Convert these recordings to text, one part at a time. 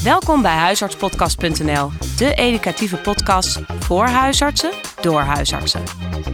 Welkom bij huisartspodcast.nl, de educatieve podcast voor huisartsen door huisartsen.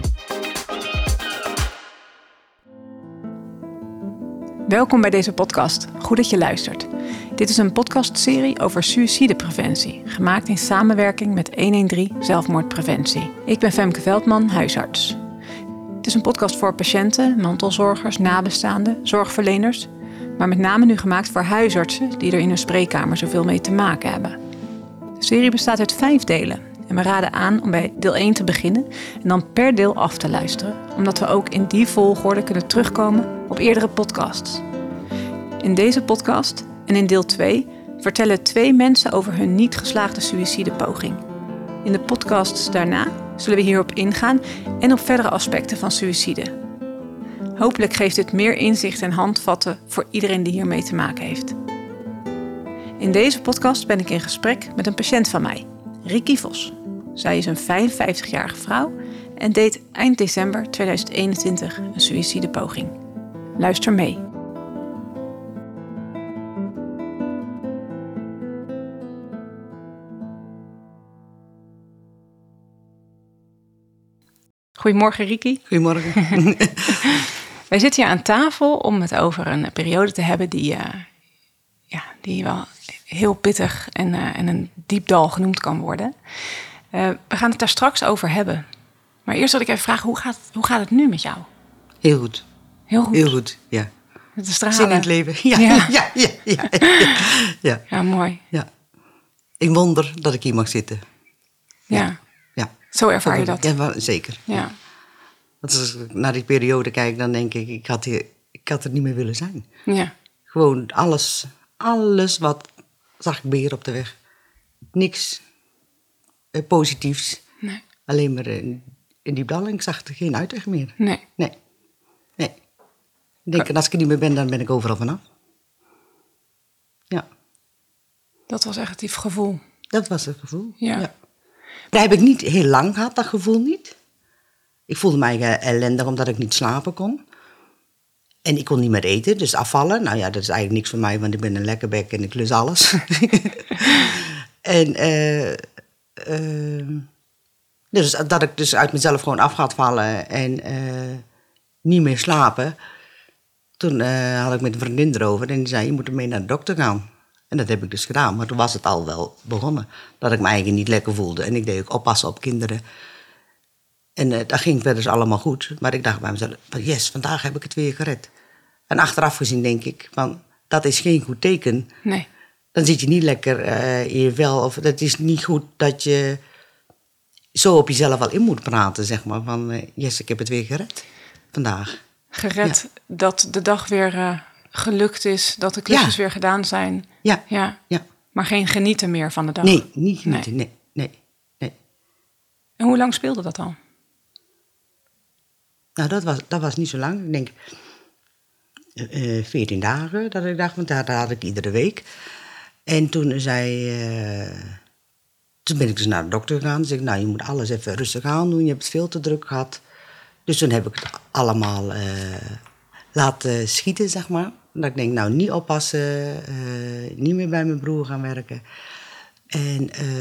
Welkom bij deze podcast. Goed dat je luistert. Dit is een podcastserie over suïcidepreventie, gemaakt in samenwerking met 113 Zelfmoordpreventie. Ik ben Femke Veldman, huisarts. Het is een podcast voor patiënten, mantelzorgers, nabestaanden, zorgverleners, maar met name nu gemaakt voor huisartsen die er in hun spreekkamer zoveel mee te maken hebben. De serie bestaat uit 5 delen en we raden aan om bij deel 1 te beginnen en dan per deel af te luisteren, omdat we ook in die volgorde kunnen terugkomen op eerdere podcasts. In deze podcast en in deel 2 vertellen 2 mensen over hun niet geslaagde suïcidepoging. In de podcasts daarna zullen we hierop ingaan en op verdere aspecten van suïcide. Hopelijk geeft dit meer inzicht en handvatten voor iedereen die hiermee te maken heeft. In deze podcast ben ik in gesprek met een patiënt van mij, Ricky Vos. Zij is een 55-jarige vrouw en deed eind december 2021 een suïcidepoging. Luister mee. Goedemorgen, Ricky. Goedemorgen. Wij zitten hier aan tafel om het over een periode te hebben die wel heel pittig en een diep dal genoemd kan worden. We gaan het daar straks over hebben. Maar eerst wil ik even vragen, hoe gaat het nu met jou? Heel goed. Heel goed? Heel goed, ja. Met de stralen. Zin in het leven. Ja, Ja. Ja. Ja, mooi. Ja. Ik wonder dat ik hier mag zitten. Ja. Ja. Zo ervaar je dat? Ja, wel, zeker. Ja. Want als ik naar die periode kijk, dan denk ik had er niet meer willen zijn. Ja. Gewoon alles wat zag ik beheer op de weg. Niks positiefs. Nee. Alleen maar in die dal. Ik zag er geen uitweg meer. Nee. Nee. Ik denk, en als ik er niet meer ben, dan ben ik overal vanaf. Ja. Dat was echt het gevoel. Dat was het gevoel, Ja. ja. Dat heb ik niet heel lang gehad, dat gevoel niet. Ik voelde mij ellendig omdat ik niet slapen kon. En ik kon niet meer eten, dus afvallen. Nou ja, dat is eigenlijk niks voor mij, want ik ben een lekkerbek en ik lus alles. En dus dat ik dus uit mezelf gewoon af gaat vallen en niet meer slapen. Toen had ik met een vriendin erover en die zei, je moet ermee naar de dokter gaan. En dat heb ik dus gedaan, maar toen was het al wel begonnen. Dat ik me eigenlijk niet lekker voelde. En ik deed ook oppassen op kinderen. En dat ging verder allemaal goed. Maar ik dacht bij mezelf, yes, vandaag heb ik het weer gered. En achteraf gezien denk ik, van, dat is geen goed teken. Nee. Dan zit je niet lekker in je vel. Of dat is niet goed dat je zo op jezelf al in moet praten, zeg maar. Van, yes, ik heb het weer gered vandaag. Gered dat de dag weer gelukt is, dat de klusjes weer gedaan zijn. Ja. Ja. Ja. Maar geen genieten meer van de dag. Nee, niet genieten, nee. En hoe lang speelde dat al? Nou, dat was niet zo lang. Ik denk 14 dagen dat ik dacht, want dat had ik iedere week. En toen toen ben ik dus naar de dokter gegaan. Toen zei ik, nou, je moet alles even rustig aan doen. Je hebt het veel te druk gehad. Dus toen heb ik het allemaal laten schieten, zeg maar. Dat ik denk, nou, niet oppassen. Niet meer bij mijn broer gaan werken. En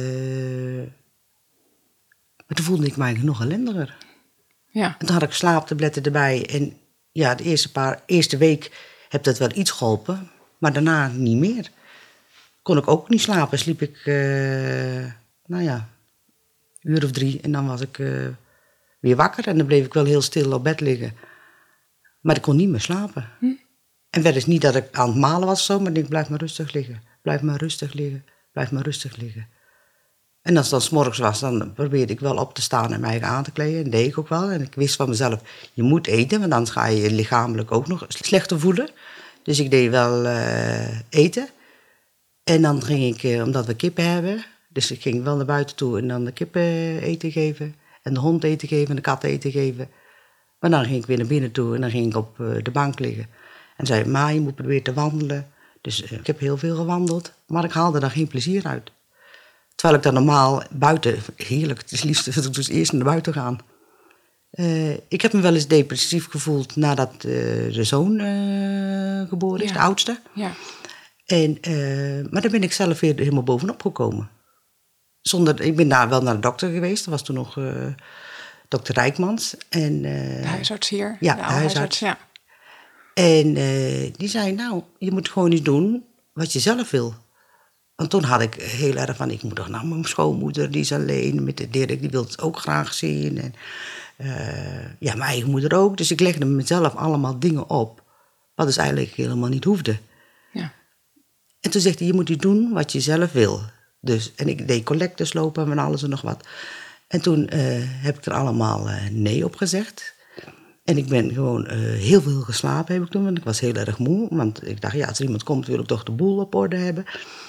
maar toen voelde ik me eigenlijk nog ellendiger. Ja. En toen had ik slaaptabletten erbij. En ja, de eerste week heb dat wel iets geholpen. Maar daarna niet meer. Kon ik ook niet slapen. Sliep ik, een uur of 3. En dan was ik weer wakker. En dan bleef ik wel heel stil op bed liggen. Maar ik kon niet meer slapen. En wel eens niet dat ik aan het malen was of zo. Maar ik denk, blijf maar rustig liggen. Blijf maar rustig liggen. Blijf maar rustig liggen. En als het dan 's morgens was, dan probeerde ik wel op te staan en mij eigen aan te kleden. En dat deed ik ook wel. En ik wist van mezelf, je moet eten, want anders ga je je lichamelijk ook nog slechter voelen. Dus ik deed wel eten. En dan ging ik, omdat we kippen hebben, dus ik ging wel naar buiten toe en dan de kippen eten geven. En de hond eten geven en de kat eten geven. Maar dan ging ik weer naar binnen toe en dan ging ik op de bank liggen. En zei, ma, je moet proberen te wandelen. Dus ik heb heel veel gewandeld, maar ik haalde daar geen plezier uit. Terwijl ik dan normaal buiten, heerlijk, het is liefst dat ik dus eerst naar buiten gaan. Ik heb me wel eens depressief gevoeld nadat de zoon geboren is, de oudste. Ja. Maar daar ben ik zelf weer helemaal bovenop gekomen. Ik ben daar wel naar de dokter geweest. Dat was toen nog dokter Rijkmans. De huisarts hier? Ja, de huisarts. Ja. En die zei, nou, je moet gewoon iets doen wat je zelf wil. Want toen had ik heel erg van, ik moet toch naar mijn schoonmoeder, die is alleen. Met de Dirk, die wil het ook graag zien. En mijn eigen moeder ook. Dus ik legde mezelf allemaal dingen op, wat dus eigenlijk helemaal niet hoefde. Ja. En toen zegt hij, je moet iets doen wat je zelf wil. Dus, en ik deed collectes lopen en alles en nog wat. En toen heb ik er allemaal nee op gezegd. En ik ben gewoon heel veel geslapen heb ik toen, want ik was heel erg moe. Want ik dacht, ja, als er iemand komt wil ik toch de boel op orde hebben.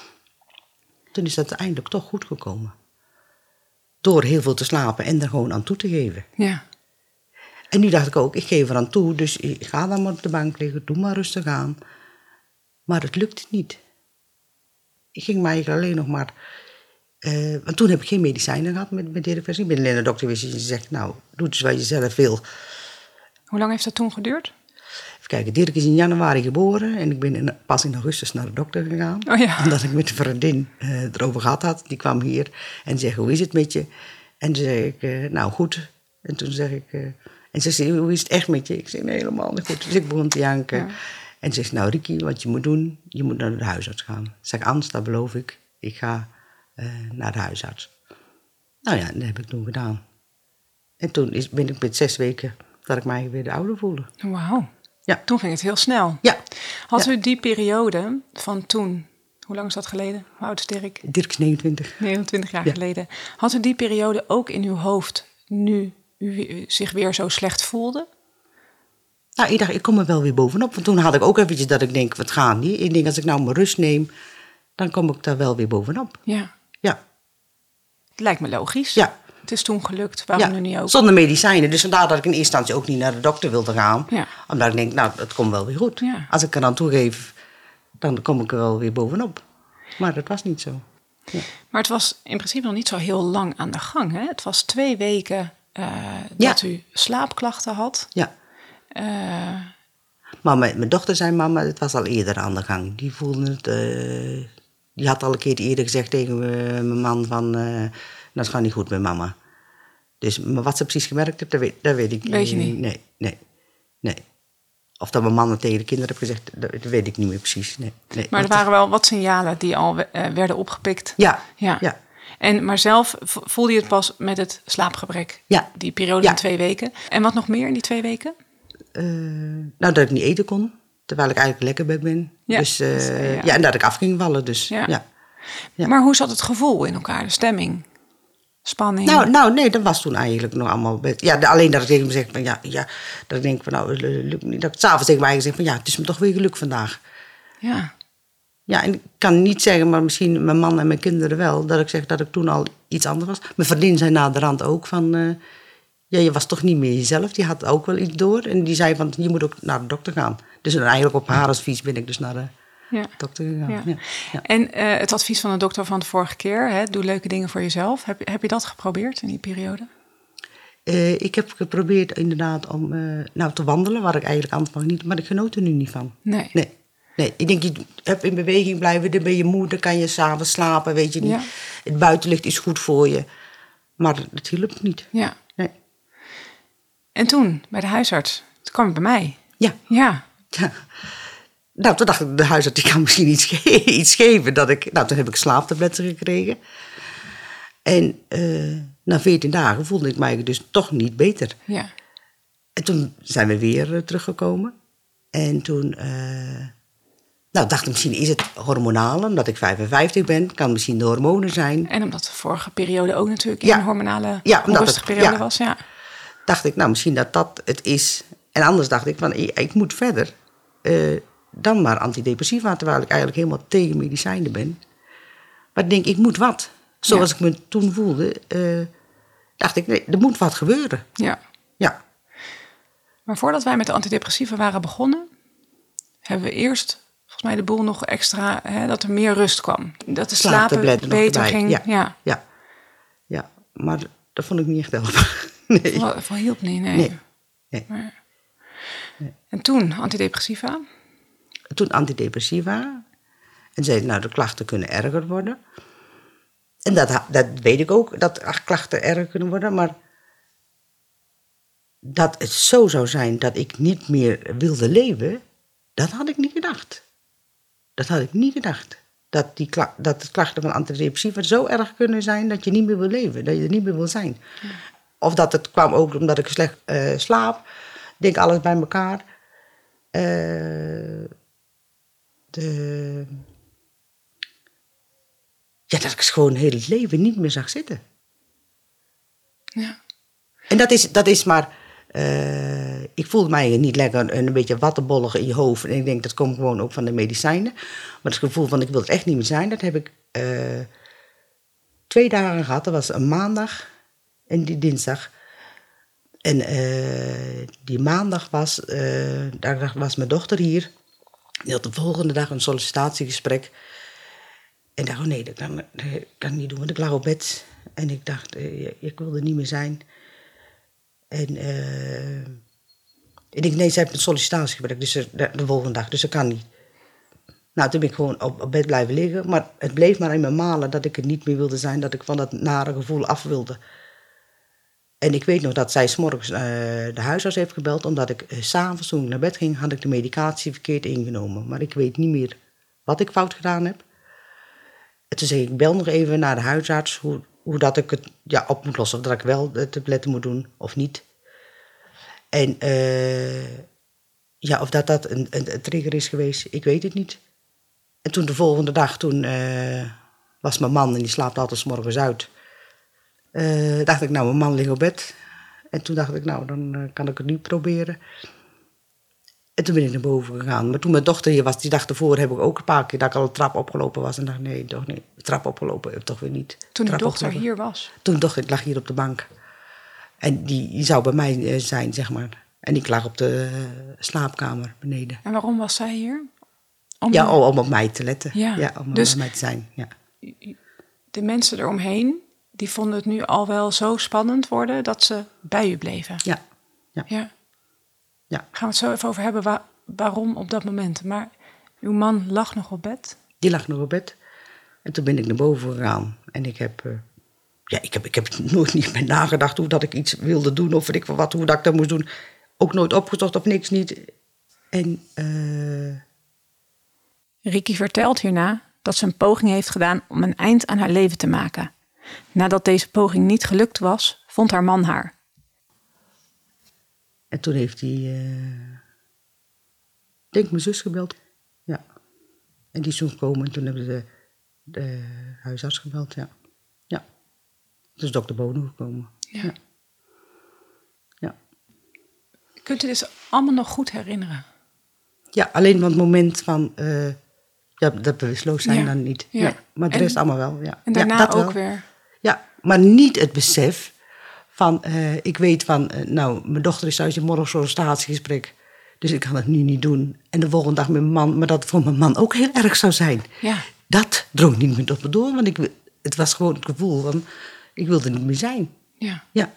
Toen is dat eindelijk toch goed gekomen. Door heel veel te slapen en er gewoon aan toe te geven. Ja. En nu dacht ik ook, ik geef er aan toe, dus ik ga dan maar op de bank liggen, doe maar rustig aan. Maar het lukte niet. Ik ging mij eigenlijk alleen nog maar... want toen heb ik geen medicijnen gehad met Dirk. Ik ben alleen naar de dokter geweest en die zegt, nou, doe dus wat je zelf wil. Hoe lang heeft dat toen geduurd? Even kijken, Dirk is in januari geboren en ik ben pas in augustus naar de dokter gegaan. Oh ja. Omdat ik met een vriendin erover gehad had. Die kwam hier en zei, hoe is het met je? En toen zei ik, nou goed. En toen zeg ik... en ze zei, hoe is het echt met je? Ik zei, nee, helemaal niet goed. Dus ik begon te janken. Ja. En ze zegt, nou Ricky, wat je moet doen, je moet naar de huisarts gaan. Ik zeg, Ans, dat beloof ik. Ik ga naar de huisarts. Nou ja, dat heb ik toen gedaan. En toen ben ik met 6 weken dat ik mij weer de oude voelde. Wauw. Ja. Toen ging het heel snel. Ja. Had u die periode van toen, hoe lang is dat geleden? Hoe oud is Dirk? Dirk is 29. 29 jaar geleden. Had u die periode ook in uw hoofd, nu u zich weer zo slecht voelde? Nou, ik dacht, ik kom er wel weer bovenop. Want toen had ik ook eventjes dat ik denk, wat gaat niet? Ik denk, als ik nou mijn rust neem, dan kom ik daar wel weer bovenop. Ja. Ja. Het lijkt me logisch. Ja. Het is toen gelukt, waarom nu niet ook? Zonder medicijnen. Dus vandaar dat ik in eerste instantie ook niet naar de dokter wilde gaan. Ja. Omdat ik denk, nou, dat komt wel weer goed. Ja. Als ik er aan toegeef, dan kom ik er wel weer bovenop. Maar dat was niet zo. Ja. Maar het was in principe nog niet zo heel lang aan de gang, hè? Het was 2 weken dat u slaapklachten had. Ja. Maar mijn dochter zei, mama, het was al eerder aan de gang. Die voelde het... die had al een keer eerder gezegd tegen mijn man van... dat gaat niet goed met mama. Dus, maar wat ze precies gemerkt heeft, dat weet ik niet. Weet je niet? Nee. Of dat mijn man het tegen de kinderen heeft gezegd, dat weet ik niet meer precies. Nee. Maar er waren wel wat signalen die al werden opgepikt. Ja. Maar zelf voelde je het pas met het slaapgebrek? Ja. Die periode van 2 weken. En wat nog meer in die 2 weken? Nou, dat ik niet eten kon, terwijl ik eigenlijk lekker bij ben. Ja. Dus, en dat ik af ging vallen. Dus, ja. Maar hoe zat het gevoel in elkaar, de stemming? Spanning? Nou, nee, dat was toen eigenlijk nog allemaal... alleen dat ik tegen me zeg van dat ik denk van nou, lukt niet. Dat ik 's avonds tegen mij zeg van het is me toch weer geluk vandaag. Ja. Ja, en ik kan niet zeggen, maar misschien mijn man en mijn kinderen wel, dat ik zeg dat ik toen al iets anders was. Mijn vriendin zei na de rand ook van... je was toch niet meer jezelf. Die had ook wel iets door. En die zei van, je moet ook naar de dokter gaan. Dus eigenlijk op haar advies ben ik dus naar de dokter gegaan. Ja. En het advies van de dokter van de vorige keer, hè, doe leuke dingen voor jezelf. Heb je dat geprobeerd in die periode? Ik heb geprobeerd inderdaad om te wandelen, waar ik eigenlijk aanvang niet, maar ik genoot er nu niet van. Nee. Ik denk, je hebt in beweging blijven, dan ben je moe, dan kan je 's avonds slapen, weet je niet. Ja. Het buitenlicht is goed voor je, maar het hielp niet. Ja. Nee. En toen, bij de huisarts, toen kwam je bij mij. Ja. Nou, toen dacht ik, de huisarts die kan misschien iets geven. Toen heb ik slaaptabletten gekregen. En na 14 dagen voelde ik mij dus toch niet beter. Ja. En toen zijn we weer teruggekomen. En toen dacht ik, misschien is het hormonaal, omdat ik 55 ben. Kan misschien de hormonen zijn. En omdat de vorige periode ook natuurlijk een hormonale onrustige periode was. Ja. Dacht ik, nou, misschien dat het is. En anders dacht ik, van ik moet verder... dan maar antidepressiva, terwijl ik eigenlijk helemaal tegen medicijnen ben. Maar ik denk, ik moet wat. Zoals ik me toen voelde, dacht ik, nee, er moet wat gebeuren. Ja. Maar voordat wij met de antidepressiva waren begonnen, hebben we eerst, volgens mij, de boel nog extra, dat er meer rust kwam. Dat de slapen beter ging. Ja, maar dat vond ik niet echt helpen. Nee. Wel hielp niet, nee. Maar... En toen antidepressiva? Toen antidepressiva. En zei, nou, de klachten kunnen erger worden. En dat weet ik ook, dat klachten erger kunnen worden. Maar dat het zo zou zijn dat ik niet meer wilde leven, dat had ik niet gedacht. Dat had ik niet gedacht. Dat de klachten van antidepressiva zo erg kunnen zijn dat je niet meer wil leven. Dat je er niet meer wil zijn. Ja. Of dat het kwam ook omdat ik slecht slaap. Ik denk alles bij elkaar. Ja, dat ik gewoon heel het leven niet meer zag zitten. Ja. En dat is maar... ik voelde mij niet lekker een beetje wattenbollig in je hoofd. En ik denk, dat komt gewoon ook van de medicijnen. Maar het gevoel van, ik wil het echt niet meer zijn, dat heb ik 2 dagen gehad. Dat was een maandag en die dinsdag. En die maandag daar was mijn dochter hier. Die had de volgende dag een sollicitatiegesprek. En ik dacht, oh nee, dat kan ik niet doen. Want ik lag op bed en ik dacht, ik wilde niet meer zijn. En ik denk, nee, ze heeft een sollicitatiegesprek dus de volgende dag, dus dat kan niet. Nou, toen ben ik gewoon op bed blijven liggen. Maar het bleef maar in me malen dat ik er niet meer wilde zijn. Dat ik van dat nare gevoel af wilde. En ik weet nog dat zij 's morgens de huisarts heeft gebeld. Omdat ik 's avonds toen ik naar bed ging, had ik de medicatie verkeerd ingenomen. Maar ik weet niet meer wat ik fout gedaan heb. En toen zei ik bel nog even naar de huisarts hoe dat ik het op moet lossen. Of dat ik wel de tabletten moet doen of niet. En of dat een trigger is geweest, ik weet het niet. En toen de volgende dag, was mijn man, en die slaapt altijd 's morgens uit. Dacht ik, nou, mijn man ligt op bed. En toen dacht ik, nou, dan kan ik het nu proberen. En toen ben ik naar boven gegaan. Maar toen mijn dochter hier was, die dag ervoor, heb ik ook een paar keer dat ik al de trap opgelopen was. En dacht, nee, toch niet. De trap opgelopen, toch weer niet. Toen de dochter hier was? Toen de dochter, ik lag hier op de bank. En die zou bij mij zijn, zeg maar. En ik lag op de slaapkamer beneden. En waarom was zij hier? Om op mij te letten. Ja, om bij mij te zijn, ja. De mensen eromheen, die vonden het nu al wel zo spannend worden dat ze bij u bleven. Ja. Gaan we het zo even over hebben waarom op dat moment. Maar uw man lag nog op bed? Die lag nog op bed. En toen ben ik naar boven gegaan. En ik heb nooit niet meer nagedacht hoe dat ik iets wilde doen. Of weet ik wat, hoe dat ik dat moest doen. Ook nooit opgezocht of niks niet. En Ricky vertelt hierna dat ze een poging heeft gedaan om een eind aan haar leven te maken. Nadat deze poging niet gelukt was, vond haar man haar. En toen heeft hij, denk mijn zus gebeld. Ja. En die is toen gekomen en toen hebben ze de huisarts gebeld, ja. Ja. Toen is dokter Bono gekomen. Ja. Kunt u dit allemaal nog goed herinneren? Ja, alleen van het moment van dat bewusteloos zijn dan niet. Ja. Nee, maar de rest allemaal wel, ja. En daarna dat ook wel. weer? Ja, maar niet het besef van, ik weet van, mijn dochter is thuis in morgen sollicitatiegesprek. Dus ik kan het nu niet doen. En de volgende dag met mijn man, maar dat het voor mijn man ook heel erg zou zijn. Ja. Dat drong niet meer tot me door, want het was gewoon het gevoel van, ik wilde niet meer zijn. Ja.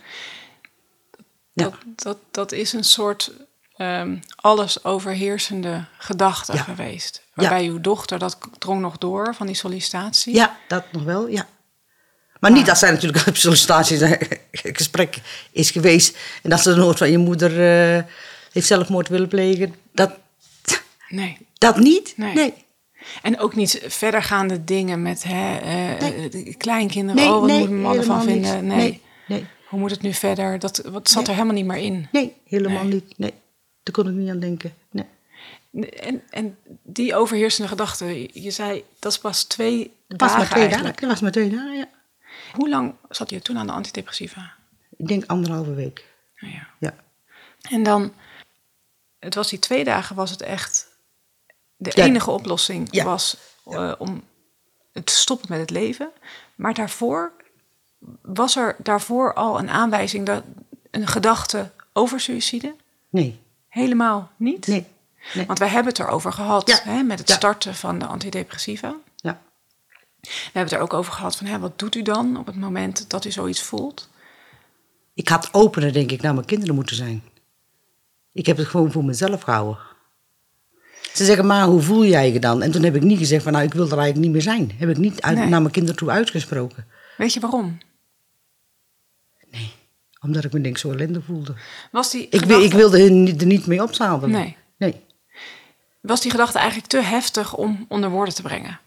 Dat is een soort alles overheersende gedachte geweest. Waarbij uw dochter, dat drong nog door van die sollicitatie. Ja, dat nog wel, ja. Maar niet dat zij natuurlijk op sollicitatiegesprek is geweest. En dat ze dan hoort van je moeder heeft zelfmoord willen plegen. Nee. Dat niet? Nee. En ook niet verdergaande dingen met kleinkinderen. Wat moet mijn man ervan vinden? Nee. Hoe moet het nu verder? Wat zat er helemaal niet meer in? Nee, helemaal niet. Nee, daar kon ik niet aan denken. Nee. En die overheersende gedachte, je zei, dat is pas 2 dagen eigenlijk. Dat was maar 2 dagen, ja. Hoe lang zat je toen aan de antidepressiva? Ik denk 1,5 week. Ja. En dan, het was die 2 dagen, was het echt de enige oplossing was om te stoppen met het leven. Maar daarvoor, was er daarvoor al een aanwijzing, een gedachte over suïcide? Nee. Helemaal niet? Nee. Want wij hebben het erover gehad met het starten van de antidepressiva. Ja. We hebben het er ook over gehad van, wat doet u dan op het moment dat u zoiets voelt? Ik had opener, denk ik, naar mijn kinderen moeten zijn. Ik heb het gewoon voor mezelf gehouden. Ze zeggen, maar hoe voel jij je dan? En toen heb ik niet gezegd van, nou, ik wil er eigenlijk niet meer zijn. Heb ik niet Nee. naar mijn kinderen toe uitgesproken. Weet je waarom? Nee, omdat ik me denk zo ellendig voelde. Was die Ik gedachte, wilde er niet mee opzadelen. Nee. was die gedachte eigenlijk te heftig om onder woorden te brengen?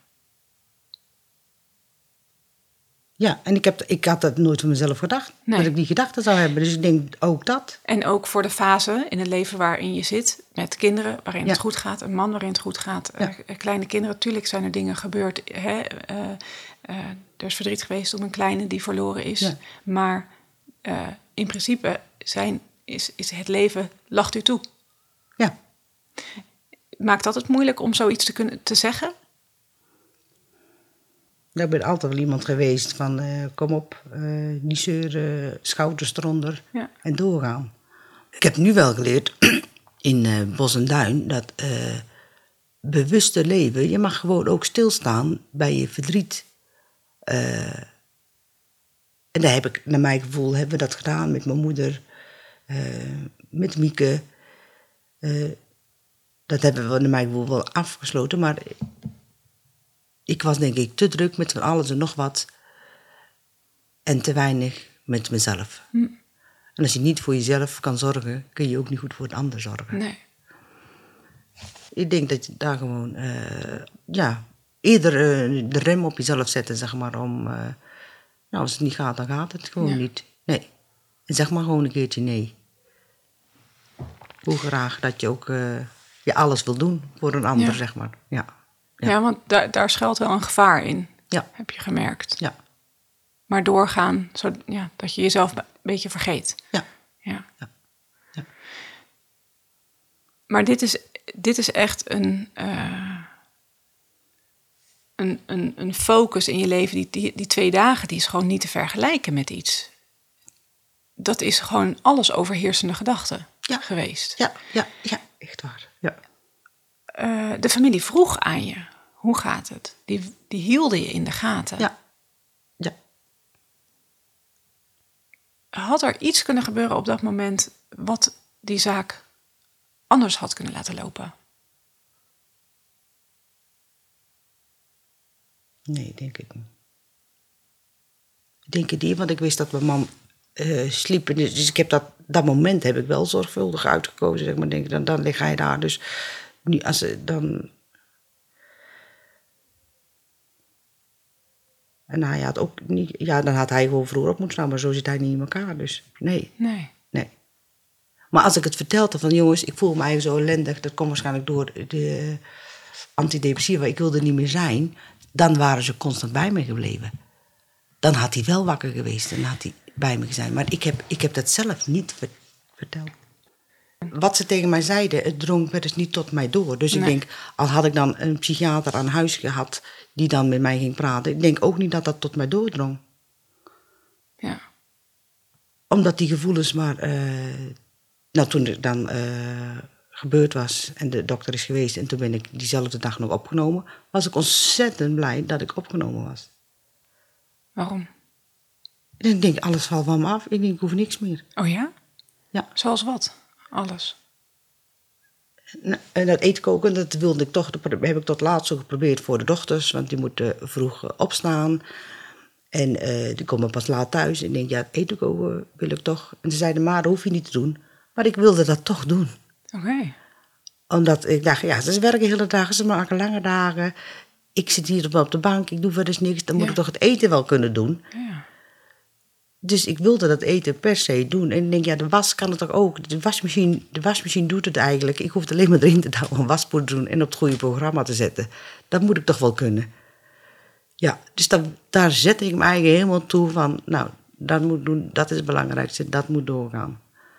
Ja, en ik had dat nooit van mezelf gedacht. Nee. Dat ik die gedachten zou hebben. Dus ik denk ook dat. En ook voor de fase in het leven waarin je zit, met kinderen waarin Ja. het goed gaat, een man waarin het goed gaat, Ja. Kleine kinderen. Tuurlijk zijn er dingen gebeurd. Er is verdriet geweest om een kleine die verloren is. Ja. Maar in principe is het leven, lacht u toe. Ja. Maakt dat het moeilijk om zoiets te zeggen? Ik ben altijd wel iemand geweest van, kom op, niet zeuren, schouders eronder Ja. en doorgaan. Ik heb nu wel geleerd in Bos en Duin dat bewuste leven, je mag gewoon ook stilstaan bij je verdriet. En daar heb ik, naar mijn gevoel, hebben we dat gedaan met mijn moeder, met Mieke. Dat hebben we naar mijn gevoel wel afgesloten, maar ik was denk ik te druk met van alles en nog wat. En te weinig met mezelf. En als je niet voor jezelf kan zorgen, kun je ook niet goed voor het ander zorgen. Nee. Ik denk dat je daar gewoon, eerder de rem op jezelf zetten, zeg maar, om, als het niet gaat, dan gaat het gewoon niet. Nee. En zeg maar gewoon een keertje nee. Hoe graag dat je ook je alles wil doen voor een ander, zeg maar. Ja. Ja, want daar schuilt wel een gevaar in, Ja. heb je gemerkt. Ja. Maar doorgaan, dat je jezelf een beetje vergeet. Ja. Ja. Ja. Ja. Maar dit is echt een focus in je leven. Die 2 dagen, die is gewoon niet te vergelijken met iets. Dat is gewoon alles overheersende gedachten geweest. Ja, echt waar. Ja. De familie vroeg aan je, hoe gaat het? Die hielden je in de gaten. Ja. Ja. Had er iets kunnen gebeuren op dat moment wat die zaak anders had kunnen laten lopen? Nee, denk ik niet. Ik denk het niet, want ik wist dat mijn man sliep. Dus ik heb dat moment heb ik wel zorgvuldig uitgekozen. Zeg maar, denk ik, dan lig hij daar. Dus nu, als ze dan. En hij had ook niet. Ja, dan had hij gewoon vroeger op moeten staan, maar zo zit hij niet in elkaar. Dus nee. Nee. Maar als ik het vertelde van jongens, ik voel me eigenlijk zo ellendig. Dat komt waarschijnlijk door de antidepressiva. Ik wilde niet meer zijn. Dan waren ze constant bij me gebleven. Dan had hij wel wakker geweest en had hij bij me gezien. Maar ik heb dat zelf niet verteld. Wat ze tegen mij zeiden, het drong wel eens niet tot mij door. Dus ik denk, al had ik dan een psychiater aan huis gehad die dan met mij ging praten, ik denk ook niet dat dat tot mij doordrong. Ja. Omdat die gevoelens maar... toen het dan gebeurd was en de dokter is geweest en toen ben ik diezelfde dag nog opgenomen, was ik ontzettend blij dat ik opgenomen was. Waarom? En ik denk, alles valt van me af. Ik denk, ik hoef niks meer. Oh ja? Ja. Zoals wat? Alles? En dat eten koken, dat wilde ik toch, dat heb ik tot laatst ook geprobeerd voor de dochters, want die moeten vroeg opstaan. En die komen pas laat thuis. En ik denk, ja, eten koken wil ik toch. En ze zeiden, maar dat hoef je niet te doen. Maar ik wilde dat toch doen. Oké. Omdat ik dacht, ja, ze werken hele dagen, ze maken lange dagen. Ik zit hier op de bank, ik doe verder niks. Dan moet ik toch het eten wel kunnen doen. Ja. Dus ik wilde dat eten per se doen. En ik denk, ja, de was kan het toch ook. De wasmachine doet het eigenlijk. Ik hoef het alleen maar erin te douwen, een waspoeder te doen en op het goede programma te zetten. Dat moet ik toch wel kunnen. Ja, dus daar zette ik me eigenlijk helemaal toe van, nou, dat moet doen, dat is het belangrijkste, dat moet doorgaan.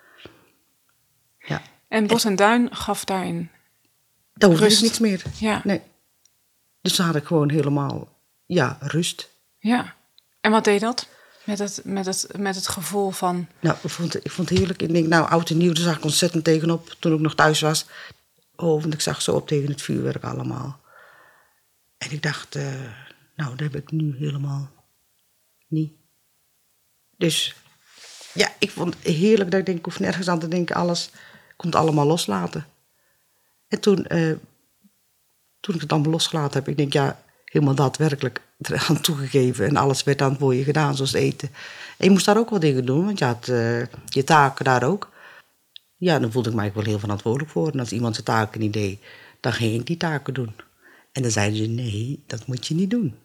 Ja. En Bos en Duin gaf daarin Dan hoef ik rust. niks meer. Ja. Nee. Dus dan had ik gewoon helemaal, ja, rust. Ja. En wat deed dat? Met het gevoel van... Nou, ik vond het heerlijk. Ik denk, nou, oud en nieuw, daar zag ik ontzettend tegenop toen ik nog thuis was. Oh, want ik zag zo op tegen het vuurwerk allemaal. En ik dacht, nou, dat heb ik nu helemaal niet. Dus, ja, ik vond het heerlijk dat ik denk, ik hoef nergens aan te denken, alles, ik kon het allemaal loslaten. En toen toen ik het allemaal losgelaten heb, ik denk, ja, helemaal daadwerkelijk eraan toegegeven. En alles werd dan voor je gedaan, zoals eten. En je moest daar ook wat dingen doen, want je had je taken daar ook. Ja, dan voelde ik mij wel heel verantwoordelijk voor. En als iemand zijn taken niet deed, dan ging ik die taken doen. En dan zeiden ze, nee, dat moet je niet doen.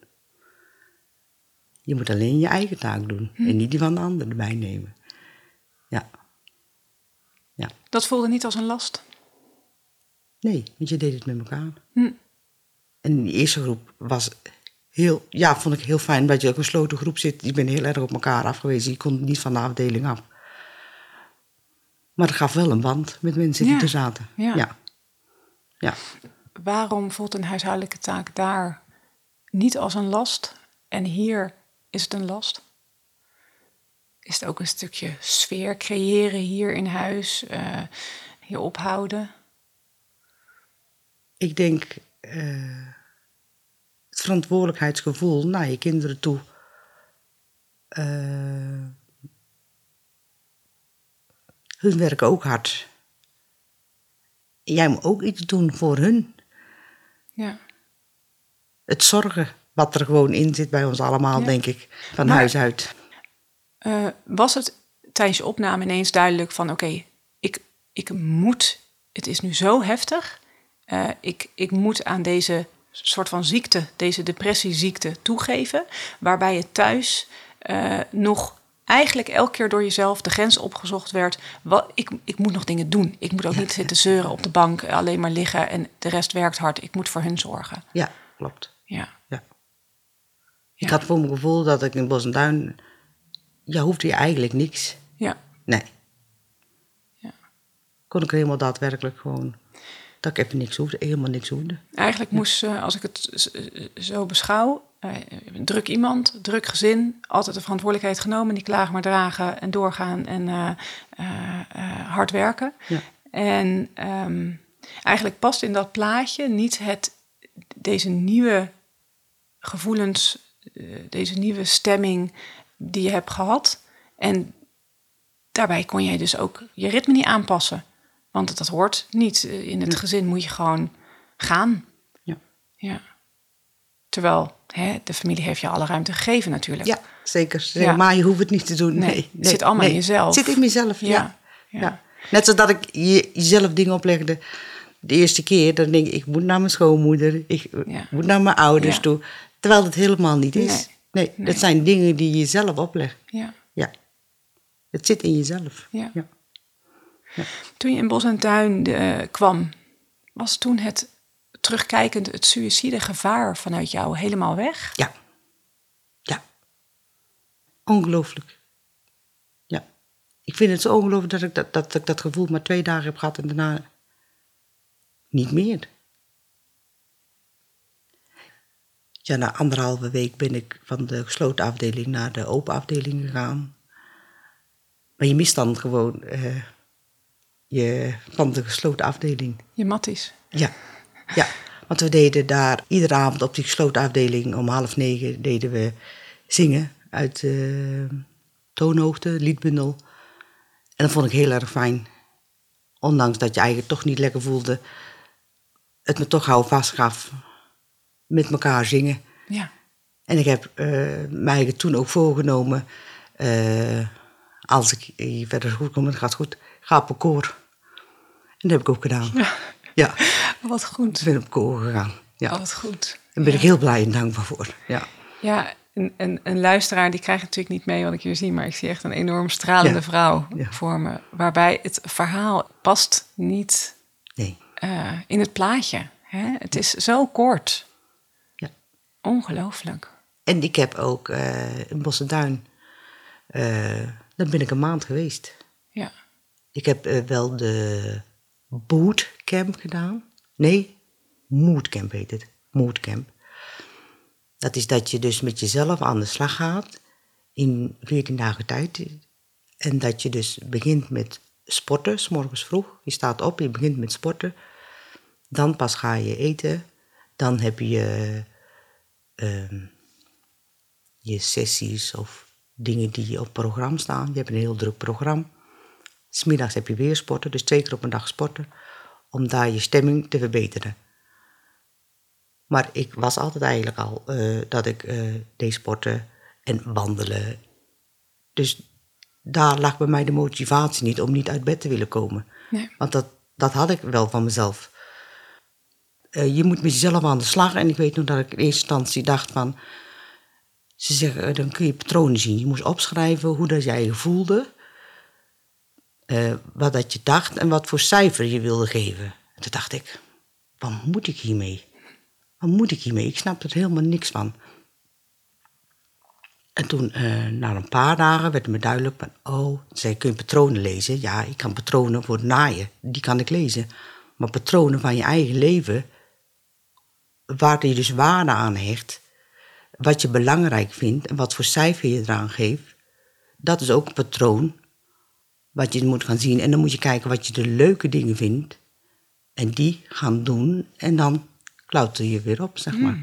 Je moet alleen je eigen taak doen. En niet die van de ander erbij nemen. Ja. Dat voelde niet als een last? Nee, want je deed het met elkaar. En die eerste groep was vond ik heel fijn. Dat je ook een gesloten groep zit. Je bent heel erg op elkaar afgewezen. Je kon niet van de afdeling af. Maar het gaf wel een band met mensen die er zaten. Ja. Waarom voelt een huishoudelijke taak daar niet als een last en hier is het een last? Is het ook een stukje sfeer creëren hier in huis, hier ophouden? Ik denk het verantwoordelijkheidsgevoel naar je kinderen toe. Hun werken ook hard. Jij moet ook iets doen voor hun. Ja. Het zorgen wat er gewoon in zit bij ons allemaal, denk ik, van huis uit. Was het tijdens je opname ineens duidelijk van oké, ik moet, het is nu zo heftig. Ik moet aan deze soort van ziekte, deze depressieziekte toegeven. Waarbij je thuis nog eigenlijk elke keer door jezelf de grens opgezocht werd. Ik moet nog dingen doen. Ik moet ook niet zitten zeuren op de bank, alleen maar liggen en de rest werkt hard. Ik moet voor hun zorgen. Ja, klopt. Ja. Ik had voor mijn gevoel dat ik in Bos en Duin, hoefde je eigenlijk niks. Ja. Nee. Ja. Kon ik helemaal daadwerkelijk gewoon, dat ik even niks hoefde, helemaal niks hoefde. Eigenlijk moest, als ik het zo beschouw, druk iemand, druk gezin, altijd de verantwoordelijkheid genomen, niet klagen maar dragen en doorgaan en hard werken. Ja. En eigenlijk past in dat plaatje niet deze nieuwe gevoelens, deze nieuwe stemming die je hebt gehad. En daarbij kon jij dus ook je ritme niet aanpassen. Want dat hoort niet. In het gezin moet je gewoon gaan. Ja. Terwijl de familie heeft je alle ruimte gegeven natuurlijk. Ja, zeker. Maar je hoeft het niet te doen. Nee. Het zit allemaal in jezelf. Het zit in mezelf, ja. Net zoals dat ik jezelf dingen oplegde de eerste keer. Dan denk ik moet naar mijn schoonmoeder. Ik moet naar mijn ouders toe. Terwijl het helemaal niet is. Nee, dat zijn dingen die je zelf oplegt. Ja. Het zit in jezelf. Ja. Toen je in Bos en Tuin kwam, was toen terugkijkend het suïcidegevaar vanuit jou helemaal weg? Ja. Ongelooflijk. Ja. Ik vind het zo ongelooflijk dat ik dat gevoel maar 2 dagen heb gehad en daarna niet meer. Ja, na 1,5 week ben ik van de gesloten afdeling naar de open afdeling gegaan. Maar je mist dan gewoon van de gesloten afdeling. Je matties. Ja, want we deden daar iedere avond op die gesloten afdeling om 8:30 deden we zingen uit toonhoogte, liedbundel. En dat vond ik heel erg fijn. Ondanks dat je eigenlijk toch niet lekker voelde, het me toch houvast gaf. Met elkaar zingen. Ja. En ik heb mij toen ook voorgenomen, als ik hier verder goed kom, het gaat goed, ga op een koor. En dat heb ik ook gedaan. Ja. Wat goed. Ik ben op koor gegaan. Ja. Wat goed. Daar ben ik heel blij en dankbaar voor. Ja, een luisteraar die krijgt natuurlijk niet mee wat ik hier zie, maar ik zie echt een enorm stralende vrouw voor me. Waarbij het verhaal past niet in het plaatje. Hè? Het is zo kort. Ja. Ongelooflijk. En ik heb ook in Bos en Duin, daar ben ik 1 maand geweest. Ja. Ik heb wel de bootcamp gedaan. Nee, moodcamp heet het. Moodcamp. Dat is dat je dus met jezelf aan de slag gaat in 14 dagen tijd. En dat je dus begint met sporten, 's morgens vroeg. Je staat op, je begint met sporten. Dan pas ga je eten. Dan heb je je sessies of dingen die op programma staan. Je hebt een heel druk programma. 'S middags heb je weer sporten, dus 2 keer op een dag sporten. Om daar je stemming te verbeteren. Maar ik was altijd eigenlijk al dat ik deed sporten en wandelen. Dus daar lag bij mij de motivatie niet om niet uit bed te willen komen. Nee. Want dat had ik wel van mezelf. Je moet met jezelf aan de slag. En ik weet nog dat ik in eerste instantie dacht van... Ze zeggen, dan kun je patronen zien. Je moest opschrijven hoe dat jij je voelde. Wat dat je dacht en wat voor cijfer je wilde geven. En toen dacht ik, wat moet ik hiermee? Wat moet ik hiermee? Ik snap er helemaal niks van. En toen, na een paar dagen, werd het me duidelijk van... zei, kun je patronen lezen? Ja, ik kan patronen voor het naaien. Die kan ik lezen. Maar patronen van je eigen leven... waar je dus waarde aan hecht... wat je belangrijk vindt en wat voor cijfer je eraan geeft... dat is ook een patroon wat je moet gaan zien. En dan moet je kijken wat je de leuke dingen vindt... en die gaan doen en dan klauter je weer op, zeg maar.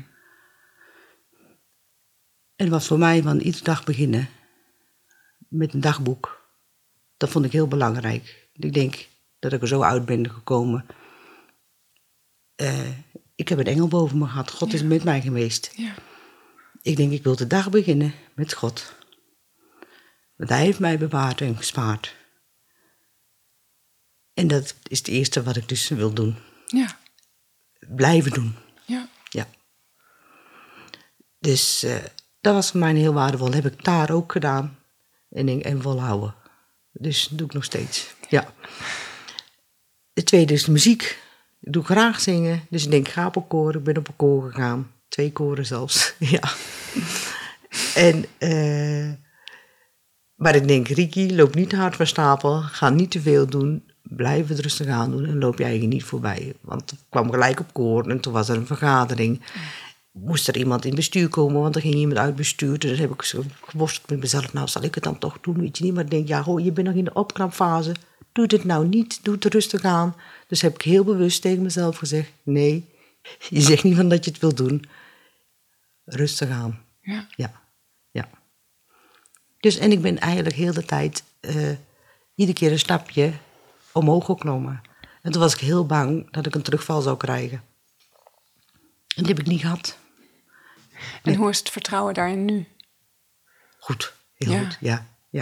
En het was voor mij van iedere dag beginnen met een dagboek. Dat vond ik heel belangrijk. Ik denk dat ik er zo uit ben gekomen. Ik heb een engel boven me gehad. God is met mij geweest. Ja. Ik denk, ik wil de dag beginnen met God. Want hij heeft mij bewaard en gespaard. En dat is het eerste wat ik dus wil doen. Ja. Blijven doen. Ja. Ja. Dus dat was voor mij heel waardevol. Dat heb ik daar ook gedaan. En volhouden. Dus dat doe ik nog steeds. Ja. Het tweede is de muziek. Ik doe graag zingen. Dus ik denk, ga op een koor. Ik ben op een koor gegaan. 2 koren zelfs. Ja. En, maar ik denk, Ricky, loop niet te hard van stapel. Ga niet te veel doen. Blijf het rustig aan doen en loop je eigenlijk niet voorbij. Want ik kwam gelijk op koor en toen was er een vergadering. Moest er iemand in bestuur komen, want er ging iemand uit bestuur. Dus heb ik zo geworsteld met mezelf. Nou, zal ik het dan toch doen, weet je niet. Maar ik denk, ja, je bent nog in de opknapfase. Doe het nou niet, doe het rustig aan. Dus heb ik heel bewust tegen mezelf gezegd, nee, je zegt niet van dat je het wil doen. Rustig aan. Ja. Ja. Dus, en ik ben eigenlijk heel de tijd, iedere keer een stapje omhoog genomen. En toen was ik heel bang dat ik een terugval zou krijgen. En dat heb ik niet gehad. En hoe is het vertrouwen daarin nu? Goed, heel goed, ja.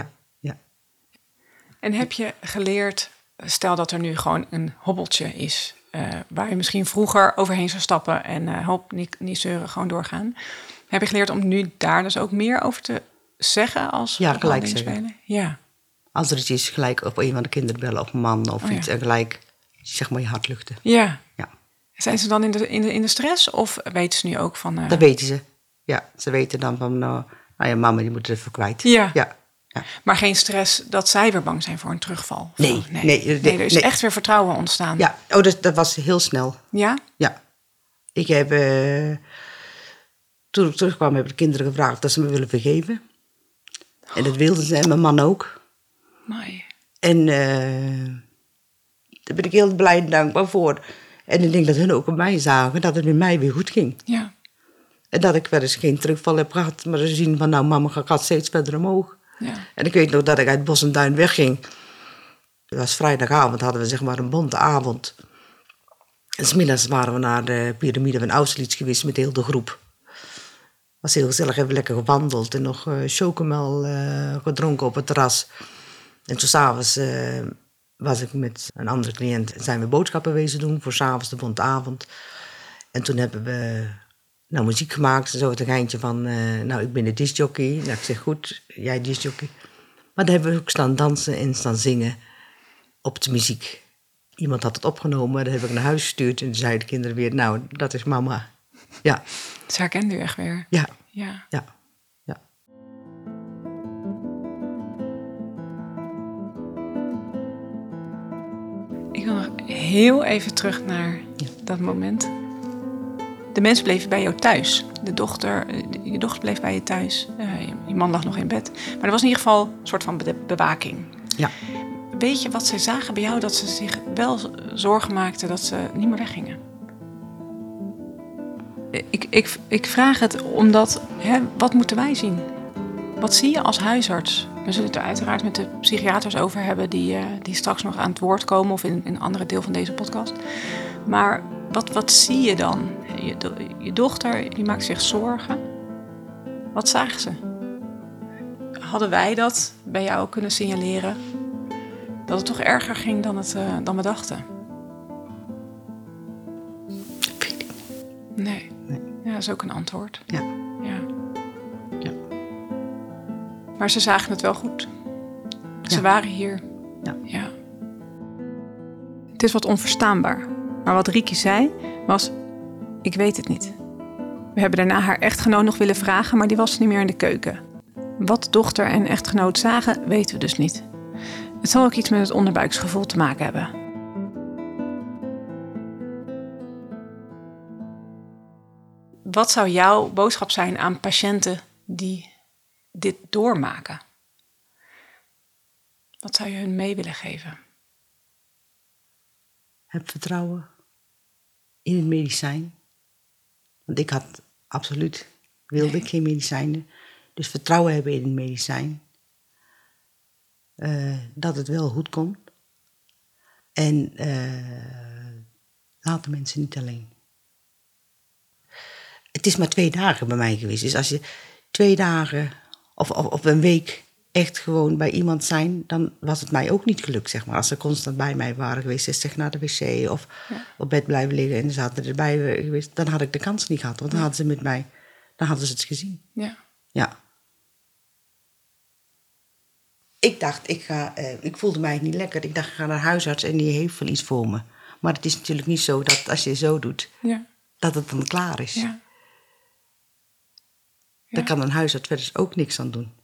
En heb je geleerd, stel dat er nu gewoon een hobbeltje is... waar je misschien vroeger overheen zou stappen en niet zeuren, gewoon doorgaan. Heb je geleerd om nu daar dus ook meer over te zeggen als Ja, gelijk zeggen. spelen? Ja. Als er iets is, gelijk op een van de kinderen bellen of een man of iets. En gelijk, zeg maar, je hart luchten. Ja. Ja. Zijn ze dan in de stress of weten ze nu ook van... Dat weten ze. Ja, ze weten dan van, nou ja, mama die moet er even kwijt. Ja. Maar geen stress dat zij weer bang zijn voor een terugval? Nee. Er is echt weer vertrouwen ontstaan. Ja, dat was heel snel. Ja? Ja. Ik heb, toen ik terugkwam, heb ik de kinderen gevraagd dat ze me willen vergeven. En dat wilden ze en mijn man ook. Mooi. En daar ben ik heel blij en dankbaar voor. En ik denk dat hun ook op mij zagen dat het met mij weer goed ging. Ja. En dat ik wel eens geen terugval heb gehad. Maar ze zien van, nou mama gaat steeds verder omhoog. Ja. En ik weet nog dat ik uit Bos en Duin wegging. Het was vrijdagavond, hadden we zeg maar een bonte avond. En 's middags waren we naar de piramide van Austerlitz geweest met heel de groep. Het was heel gezellig, hebben we lekker gewandeld en nog chocomel gedronken op het terras. En toen 's avonds was ik met een andere cliënt en zijn we boodschappen wezen doen voor 's avonds de bonte avond. En toen hebben we muziek gemaakt, zo het geintje van, ik ben de discjockey. Nou, ik zeg, goed, jij discjockey. Maar dan hebben we ook staan dansen en staan zingen op de muziek. Iemand had het opgenomen, dat heb ik naar huis gestuurd. En toen zeiden de kinderen weer, nou, dat is mama. Ja. Ze herkende u echt weer. Ja. Ja. Ja. Ja. Ik wil nog heel even terug naar dat moment. De mensen bleven bij jou thuis. Je dochter bleef bij je thuis. Je man lag nog in bed. Maar er was in ieder geval een soort van bewaking. Ja. Weet je wat zij zagen bij jou? Dat ze zich wel zorgen maakten dat ze niet meer weggingen. Ik vraag het omdat... wat moeten wij zien? Wat zie je als huisarts? We zullen het er uiteraard met de psychiaters over hebben... die straks nog aan het woord komen... of in een andere deel van deze podcast. Maar wat zie je dan? je dochter die maakt zich zorgen. Wat zagen ze? Hadden wij dat bij jou kunnen signaleren? Dat het toch erger ging dan we dachten? Weet ik niet. Nee. Nee. Ja, dat is ook een antwoord. Ja. Ja. Ja. Maar ze zagen het wel goed. Ze Ja. waren hier. Ja. Het is wat onverstaanbaar. Maar wat Rieke zei was, ik weet het niet. We hebben daarna haar echtgenoot nog willen vragen, maar die was niet meer in de keuken. Wat dochter en echtgenoot zagen, weten we dus niet. Het zal ook iets met het onderbuiksgevoel te maken hebben. Wat zou jouw boodschap zijn aan patiënten die dit doormaken? Wat zou je hun mee willen geven? Heb vertrouwen in het medicijn. Want ik had absoluut, wilde ik geen medicijnen. Dus vertrouwen hebben in het medicijn. Dat het wel goed komt. En laat de mensen niet alleen. Het is maar 2 dagen bij mij geweest. Dus als je 2 dagen of een week echt gewoon bij iemand zijn, dan was het mij ook niet gelukt, zeg maar. Als ze constant bij mij waren geweest, 60 naar de wc of op bed blijven liggen en ze zaten erbij geweest, dan had ik de kans niet gehad. Want dan hadden ze met mij, dan hadden ze het gezien. Ja. Ja. Ik dacht, ik voelde mij niet lekker. Ik dacht, ik ga naar de huisarts en die heeft wel iets voor me. Maar het is natuurlijk niet zo dat als je zo doet, Ja. dat het dan klaar is. Ja. Daar kan een huisarts verder ook niks aan doen.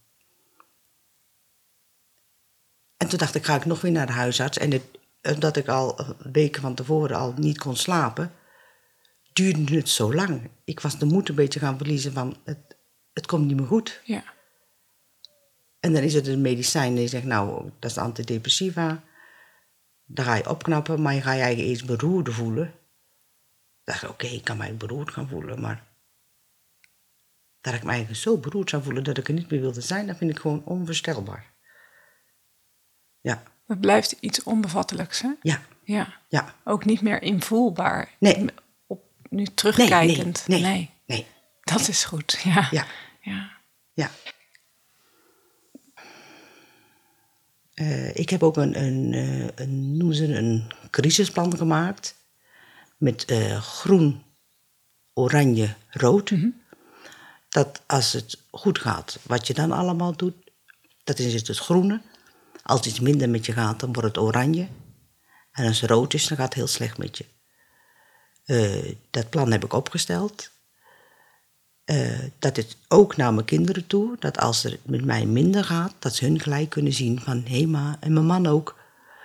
En toen dacht ik, ga ik nog weer naar de huisarts. En omdat ik al weken van tevoren al niet kon slapen, duurde het zo lang. Ik was de moed een beetje gaan verliezen van, het komt niet meer goed. Ja. En dan is het een medicijn en je zegt, nou, dat is antidepressiva. Dan ga je opknappen, maar je ga je eigen eerst beroerder voelen. Dan dacht ik, oké, ik kan mij beroerd gaan voelen, maar dat ik me eigenlijk zo beroerd zou voelen dat ik er niet meer wilde zijn, dat vind ik gewoon onvoorstelbaar. Ja. Het blijft iets onbevattelijks, hè? Ja. Ja. Ja. Ook niet meer invoelbaar. Nee. Nu terugkijkend. Nee. Dat is goed, ja. Ja. Ja. Ja. Ik heb ook een crisisplan gemaakt. Met groen, oranje, rood. Mm-hmm. Dat als het goed gaat, wat je dan allemaal doet, dat is het groene. Als het iets minder met je gaat, dan wordt het oranje. En als het rood is, dan gaat het heel slecht met je. Dat plan heb ik opgesteld. Dat het ook naar mijn kinderen toe, dat als het met mij minder gaat, dat ze hun gelijk kunnen zien van, hé ma, en mijn man ook,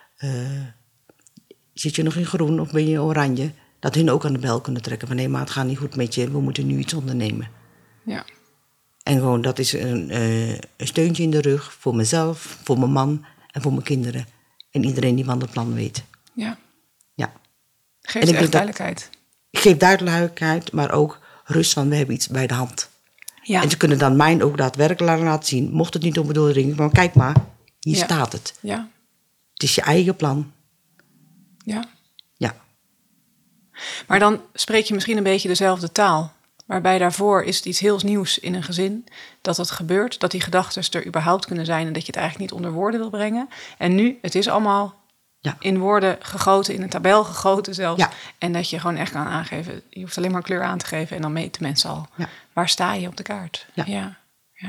zit je nog in groen of ben je oranje? Dat hun ook aan de bel kunnen trekken van, hé ma, het gaat niet goed met je, we moeten nu iets ondernemen. Ja. En gewoon, dat is een steuntje in de rug voor mezelf, voor mijn man en voor mijn kinderen. En iedereen die van het plan weet. Ja. Ja. Geeft echt duidelijkheid. Geef duidelijkheid, maar ook rust van, we hebben iets bij de hand. Ja. En ze kunnen dan mij ook daadwerkelijk laten zien, mocht het niet onbedoelde dingen, maar kijk maar, hier staat het. Ja. Het is je eigen plan. Ja. Ja. Maar dan spreek je misschien een beetje dezelfde taal. Waarbij daarvoor is het iets heel nieuws in een gezin. Dat het gebeurt, dat die gedachten er überhaupt kunnen zijn en dat je het eigenlijk niet onder woorden wil brengen. En nu, het is allemaal in woorden gegoten, in een tabel gegoten zelfs. Ja. En dat je gewoon echt kan aangeven, je hoeft alleen maar kleur aan te geven en dan meten mensen al. Ja. Waar sta je op de kaart? Ja. Ja.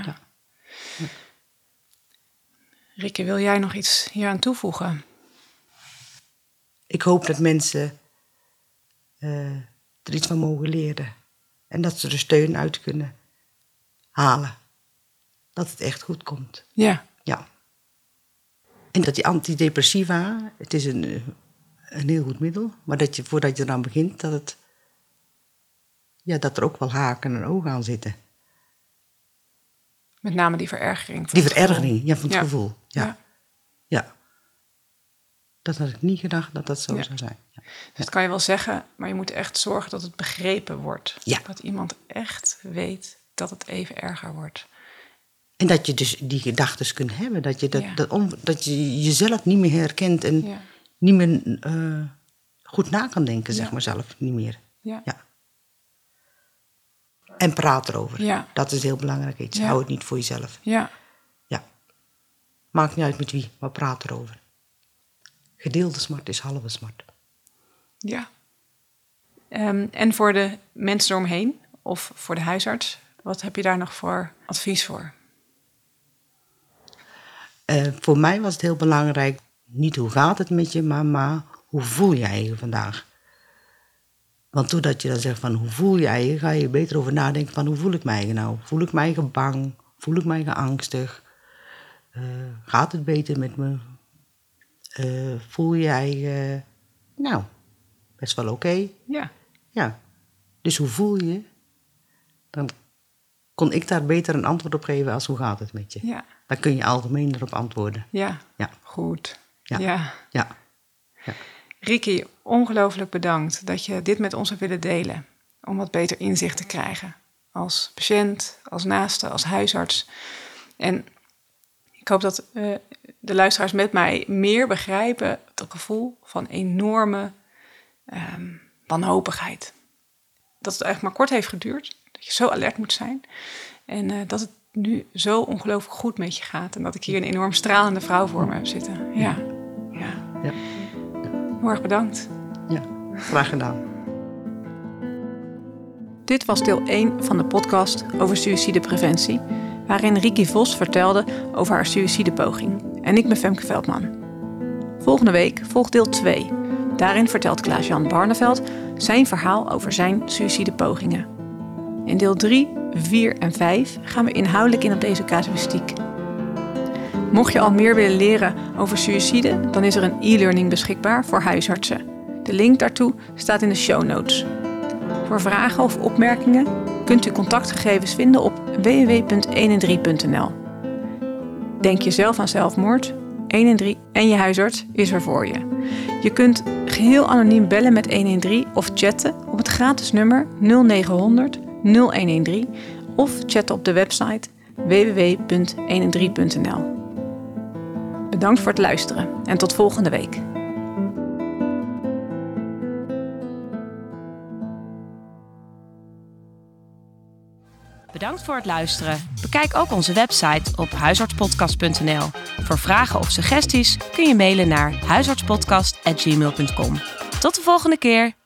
Rieke, wil jij nog iets hier aan toevoegen? Ik hoop dat mensen er iets van mogen leren. En dat ze er steun uit kunnen halen. Dat het echt goed komt. Ja. Ja. En dat die antidepressiva, het is een heel goed middel. Maar dat je, voordat je eraan begint, dat er ook wel haken en ogen aan zitten. Met name die verergering. Die verergering, van het gevoel. Ja. Ja. Ja. Dat had ik niet gedacht dat dat zo zou zijn. Ja. Dus dat kan je wel zeggen, maar je moet echt zorgen dat het begrepen wordt. Ja. Dat iemand echt weet dat het even erger wordt. En dat je dus die gedachten kunt hebben. Dat je jezelf niet meer herkent en niet meer goed na kan denken, zeg maar zelf. Niet meer. Ja. Ja. En praat erover. Ja. Dat is heel belangrijk iets. Ja. Hou het niet voor jezelf. Ja. Ja. Maakt niet uit met wie, maar praat erover. Gedeelde smart is halve smart. Ja. En voor de mensen eromheen of voor de huisarts, wat heb je daar nog voor advies voor? Voor mij was het heel belangrijk, niet hoe gaat het met je, maar hoe voel jij je vandaag? Want doordat je dan zegt van hoe voel jij je, ga je beter over nadenken van hoe voel ik mij nou? Voel ik mij bang? Voel ik mij angstig? Gaat het beter met me? Voel jij best wel oké? Ja. Ja. Dus hoe voel je? Dan kon ik daar beter een antwoord op geven als hoe gaat het met je? Ja. Dan kun je algemeen erop antwoorden. Ja. Ja. Goed. Ja. Ja. Ja. Ja. Ricky, ongelooflijk bedankt dat je dit met ons hebt willen delen. Om wat beter inzicht te krijgen. Als patiënt, als naaste, als huisarts. En ik hoop dat de luisteraars met mij meer begrijpen het gevoel van enorme wanhopigheid. Dat het eigenlijk maar kort heeft geduurd. Dat je zo alert moet zijn. En dat het nu zo ongelooflijk goed met je gaat. En dat ik hier een enorm stralende vrouw voor me heb zitten. Ja. Heel erg bedankt. Ja, graag gedaan. Dit was deel 1 van de podcast over suïcidepreventie, waarin Ricky Vos vertelde over haar suïcidepoging. En ik ben Femke Veldman. Volgende week volgt deel 2. Daarin vertelt Klaas-Jan Barneveld zijn verhaal over zijn suïcidepogingen. In deel 3, 4 en 5 gaan we inhoudelijk in op deze casuïstiek. Mocht je al meer willen leren over suïcide, dan is er een e-learning beschikbaar voor huisartsen. De link daartoe staat in de show notes. Voor vragen of opmerkingen kunt u contactgegevens vinden op www.113.nl. Denk je zelf aan zelfmoord? 113 en je huisarts is er voor je. Je kunt geheel anoniem bellen met 113 of chatten op het gratis nummer 0900 0113 of chatten op de website www.113.nl. Bedankt voor het luisteren en tot volgende week. Bedankt voor het luisteren. Bekijk ook onze website op huisartspodcast.nl. Voor vragen of suggesties kun je mailen naar huisartspodcast@gmail.com. Tot de volgende keer!